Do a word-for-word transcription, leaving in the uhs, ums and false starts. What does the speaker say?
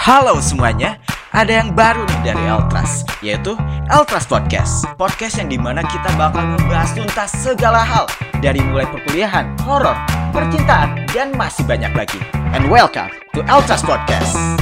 Halo semuanya, ada yang baru nih dari Eltras, yaitu Eltras Podcast. Podcast yang dimana kita bakal membahas tuntas segala hal, dari mulai perkuliahan, horor, percintaan, dan masih banyak lagi. And welcome to Eltras Podcast.